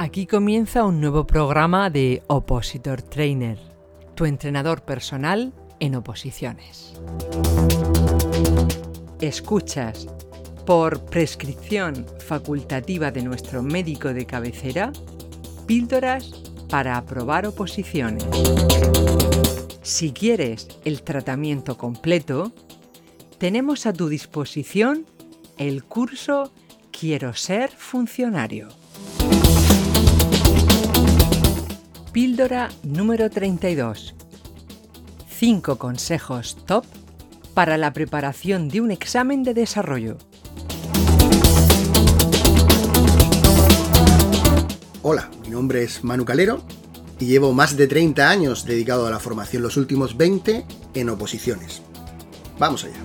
Aquí comienza un nuevo programa de Opositor Trainer, tu entrenador personal en oposiciones. Escuchas, por prescripción facultativa de nuestro médico de cabecera, píldoras para aprobar oposiciones. Si quieres el tratamiento completo, tenemos a tu disposición el curso Quiero ser funcionario. Píldora número 32. 5 consejos top para la preparación de un examen de desarrollo. Hola, mi nombre es Manu Calero y llevo más de 30 años dedicado a la formación, los últimos 20 en oposiciones. Vamos allá.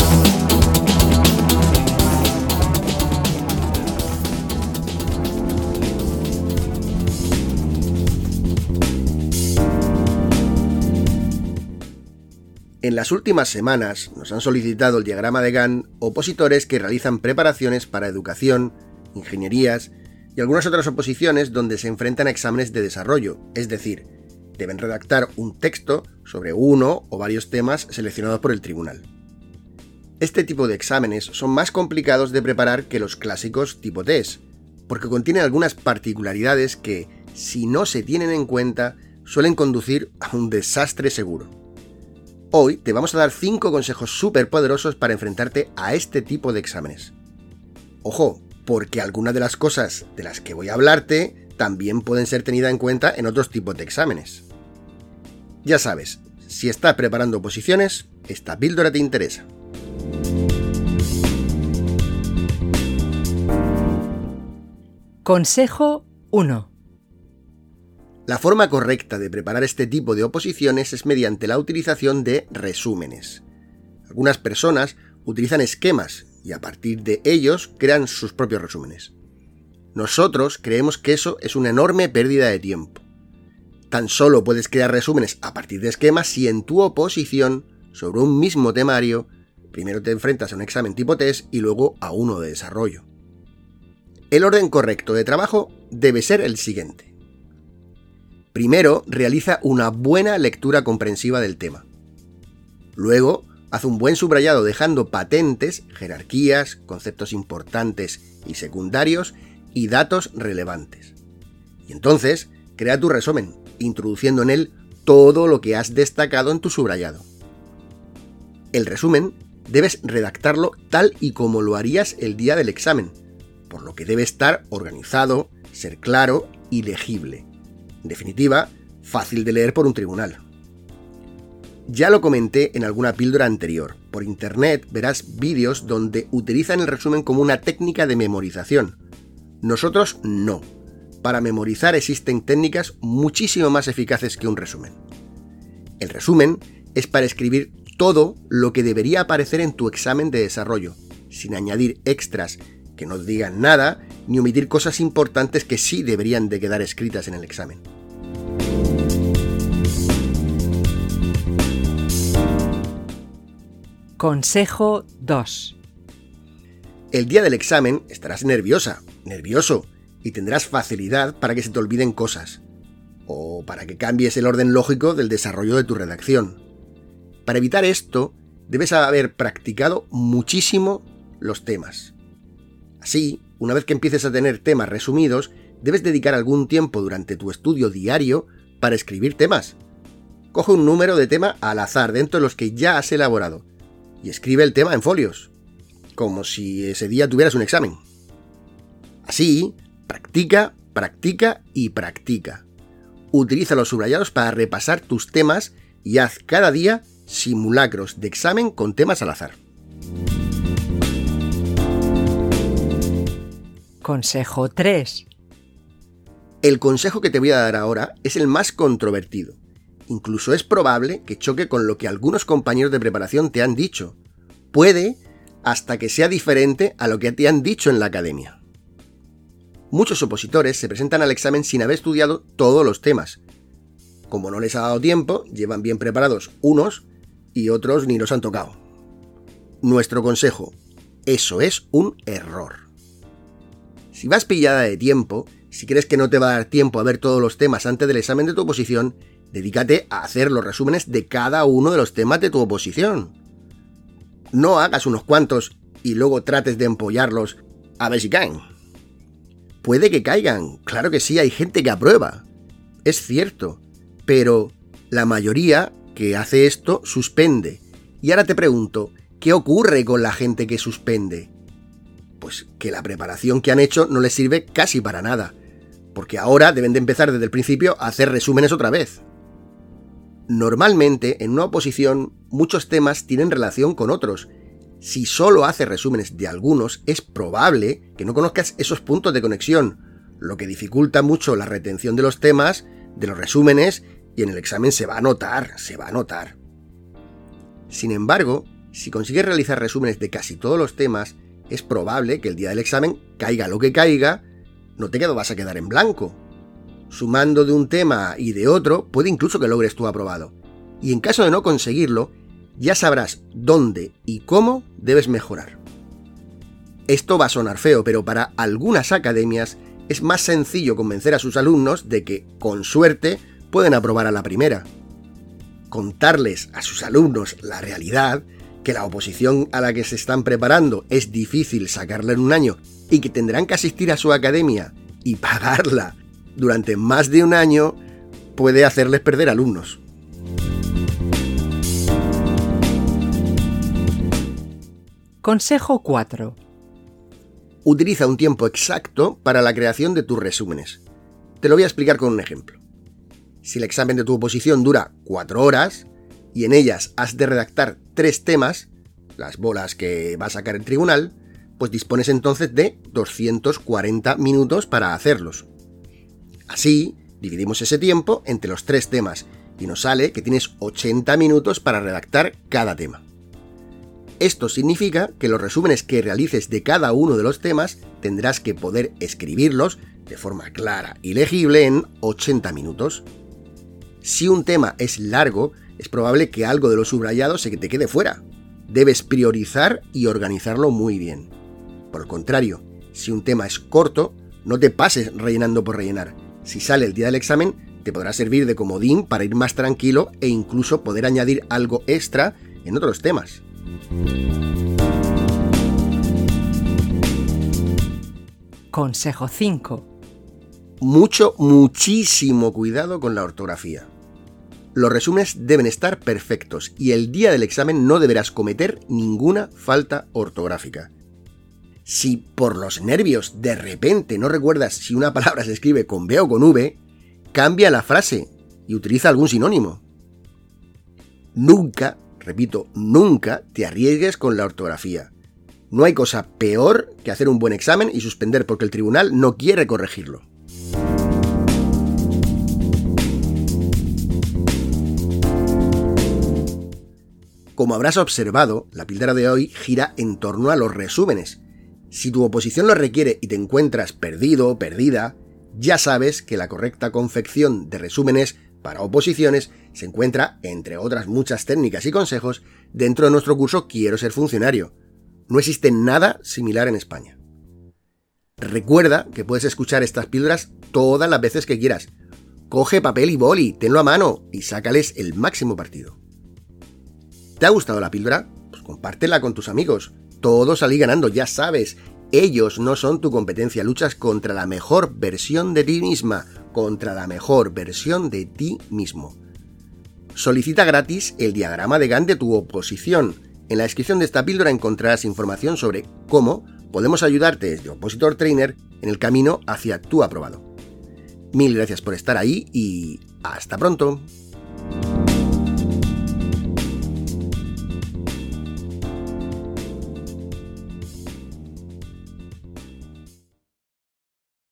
En las últimas semanas nos han solicitado el diagrama de Gantt opositores que realizan preparaciones para educación, ingenierías y algunas otras oposiciones donde se enfrentan a exámenes de desarrollo, es decir, deben redactar un texto sobre uno o varios temas seleccionados por el tribunal. Este tipo de exámenes son más complicados de preparar que los clásicos tipo test, porque contienen algunas particularidades que, si no se tienen en cuenta, suelen conducir a un desastre seguro. Hoy te vamos a dar 5 consejos súper poderosos para enfrentarte a este tipo de exámenes. Ojo, porque algunas de las cosas de las que voy a hablarte también pueden ser tenidas en cuenta en otros tipos de exámenes. Ya sabes, si estás preparando oposiciones, esta píldora te interesa. Consejo 1. La forma correcta de preparar este tipo de oposiciones es mediante la utilización de resúmenes. Algunas personas utilizan esquemas y a partir de ellos crean sus propios resúmenes. Nosotros creemos que eso es una enorme pérdida de tiempo. Tan solo puedes crear resúmenes a partir de esquemas si en tu oposición, sobre un mismo temario, primero te enfrentas a un examen tipo test y luego a uno de desarrollo. El orden correcto de trabajo debe ser el siguiente. Primero, realiza una buena lectura comprensiva del tema. Luego, haz un buen subrayado dejando patentes, jerarquías, conceptos importantes y secundarios y datos relevantes. Y entonces, crea tu resumen, introduciendo en él todo lo que has destacado en tu subrayado. El resumen debes redactarlo tal y como lo harías el día del examen, por lo que debe estar organizado, ser claro y legible. En definitiva, fácil de leer por un tribunal. Ya lo comenté en alguna píldora anterior. Por internet verás vídeos donde utilizan el resumen como una técnica de memorización. Nosotros no. Para memorizar existen técnicas muchísimo más eficaces que un resumen. El resumen es para escribir todo lo que debería aparecer en tu examen de desarrollo, sin añadir extras que no digan nada, ni omitir cosas importantes que sí deberían de quedar escritas en el examen. Consejo 2. El día del examen estarás nervioso, y tendrás facilidad para que se te olviden cosas, o para que cambies el orden lógico del desarrollo de tu redacción. Para evitar esto, debes haber practicado muchísimo los temas. Así, una vez que empieces a tener temas resumidos, debes dedicar algún tiempo durante tu estudio diario para escribir temas. Coge un número de tema al azar dentro de los que ya has elaborado y escribe el tema en folios, como si ese día tuvieras un examen. Así, practica y practica. Utiliza los subrayados para repasar tus temas y haz cada día simulacros de examen con temas al azar. Consejo 3. El consejo que te voy a dar ahora es el más controvertido. Incluso es probable que choque con lo que algunos compañeros de preparación te han dicho. Puede hasta que sea diferente a lo que te han dicho en la academia. Muchos opositores se presentan al examen sin haber estudiado todos los temas. Como no les ha dado tiempo, llevan bien preparados unos y otros ni los han tocado. Nuestro consejo: eso es un error. Si vas pillada de tiempo, Si crees que no te va a dar tiempo a ver todos los temas antes del examen de tu oposición, dedícate a hacer los resúmenes de cada uno de los temas de tu oposición. No hagas unos cuantos y luego trates de empollarlos a ver si caen. Puede que caigan, claro que sí, hay gente que aprueba. Es cierto, pero la mayoría que hace esto suspende. Y ahora te pregunto, ¿qué ocurre con la gente que suspende? Pues que la preparación que han hecho no les sirve casi para nada, porque ahora deben de empezar desde el principio a hacer resúmenes otra vez. Normalmente, en una oposición, muchos temas tienen relación con otros. Si solo haces resúmenes de algunos, es probable que no conozcas esos puntos de conexión, lo que dificulta mucho la retención de los temas, de los resúmenes, y en el examen se va a notar. Sin embargo, si consigues realizar resúmenes de casi todos los temas, es probable que el día del examen, caiga lo que caiga, no te vas a quedar en blanco. Sumando de un tema y de otro, puede incluso que logres tu aprobado. Y en caso de no conseguirlo, ya sabrás dónde y cómo debes mejorar. Esto va a sonar feo, pero para algunas academias es más sencillo convencer a sus alumnos de que, con suerte, pueden aprobar a la primera. Contarles a sus alumnos la realidad, que la oposición a la que se están preparando es difícil sacarla en un año y que tendrán que asistir a su academia y pagarla durante más de un año, puede hacerles perder alumnos. Consejo 4. Utiliza un tiempo exacto para la creación de tus resúmenes. Te lo voy a explicar con un ejemplo. Si el examen de tu oposición dura 4 horas y en ellas has de redactar 3 temas, las bolas que va a sacar el tribunal, pues dispones entonces de 240 minutos para hacerlos. Así, dividimos ese tiempo entre los 3 temas y nos sale que tienes 80 minutos para redactar cada tema. Esto significa que los resúmenes que realices de cada uno de los temas tendrás que poder escribirlos de forma clara y legible en 80 minutos. Si un tema es largo, es probable que algo de lo subrayado se te quede fuera. Debes priorizar y organizarlo muy bien. Por el contrario, si un tema es corto, no te pases rellenando por rellenar. Si sale el día del examen, te podrá servir de comodín para ir más tranquilo e incluso poder añadir algo extra en otros temas. Consejo 5. Muchísimo cuidado con la ortografía. Los resúmenes deben estar perfectos y el día del examen no deberás cometer ninguna falta ortográfica. Si por los nervios de repente no recuerdas si una palabra se escribe con B o con V, cambia la frase y utiliza algún sinónimo. Nunca, repito, nunca te arriesgues con la ortografía. No hay cosa peor que hacer un buen examen y suspender porque el tribunal no quiere corregirlo. Como habrás observado, la píldora de hoy gira en torno a los resúmenes. Si tu oposición lo requiere y te encuentras perdido o perdida, ya sabes que la correcta confección de resúmenes para oposiciones se encuentra, entre otras muchas técnicas y consejos, dentro de nuestro curso Quiero ser funcionario. No existe nada similar en España. Recuerda que puedes escuchar estas píldoras todas las veces que quieras. Coge papel y boli, tenlo a mano y sácales el máximo partido. ¿Te ha gustado la píldora? Pues compártela con tus amigos. Todos salí ganando, ya sabes. Ellos no son tu competencia, luchas contra la mejor versión de ti misma, contra la mejor versión de ti mismo. Solicita gratis el diagrama de Gantt de tu oposición. En la descripción de esta píldora encontrarás información sobre cómo podemos ayudarte desde Opositor Trainer en el camino hacia tu aprobado. Mil gracias por estar ahí y hasta pronto.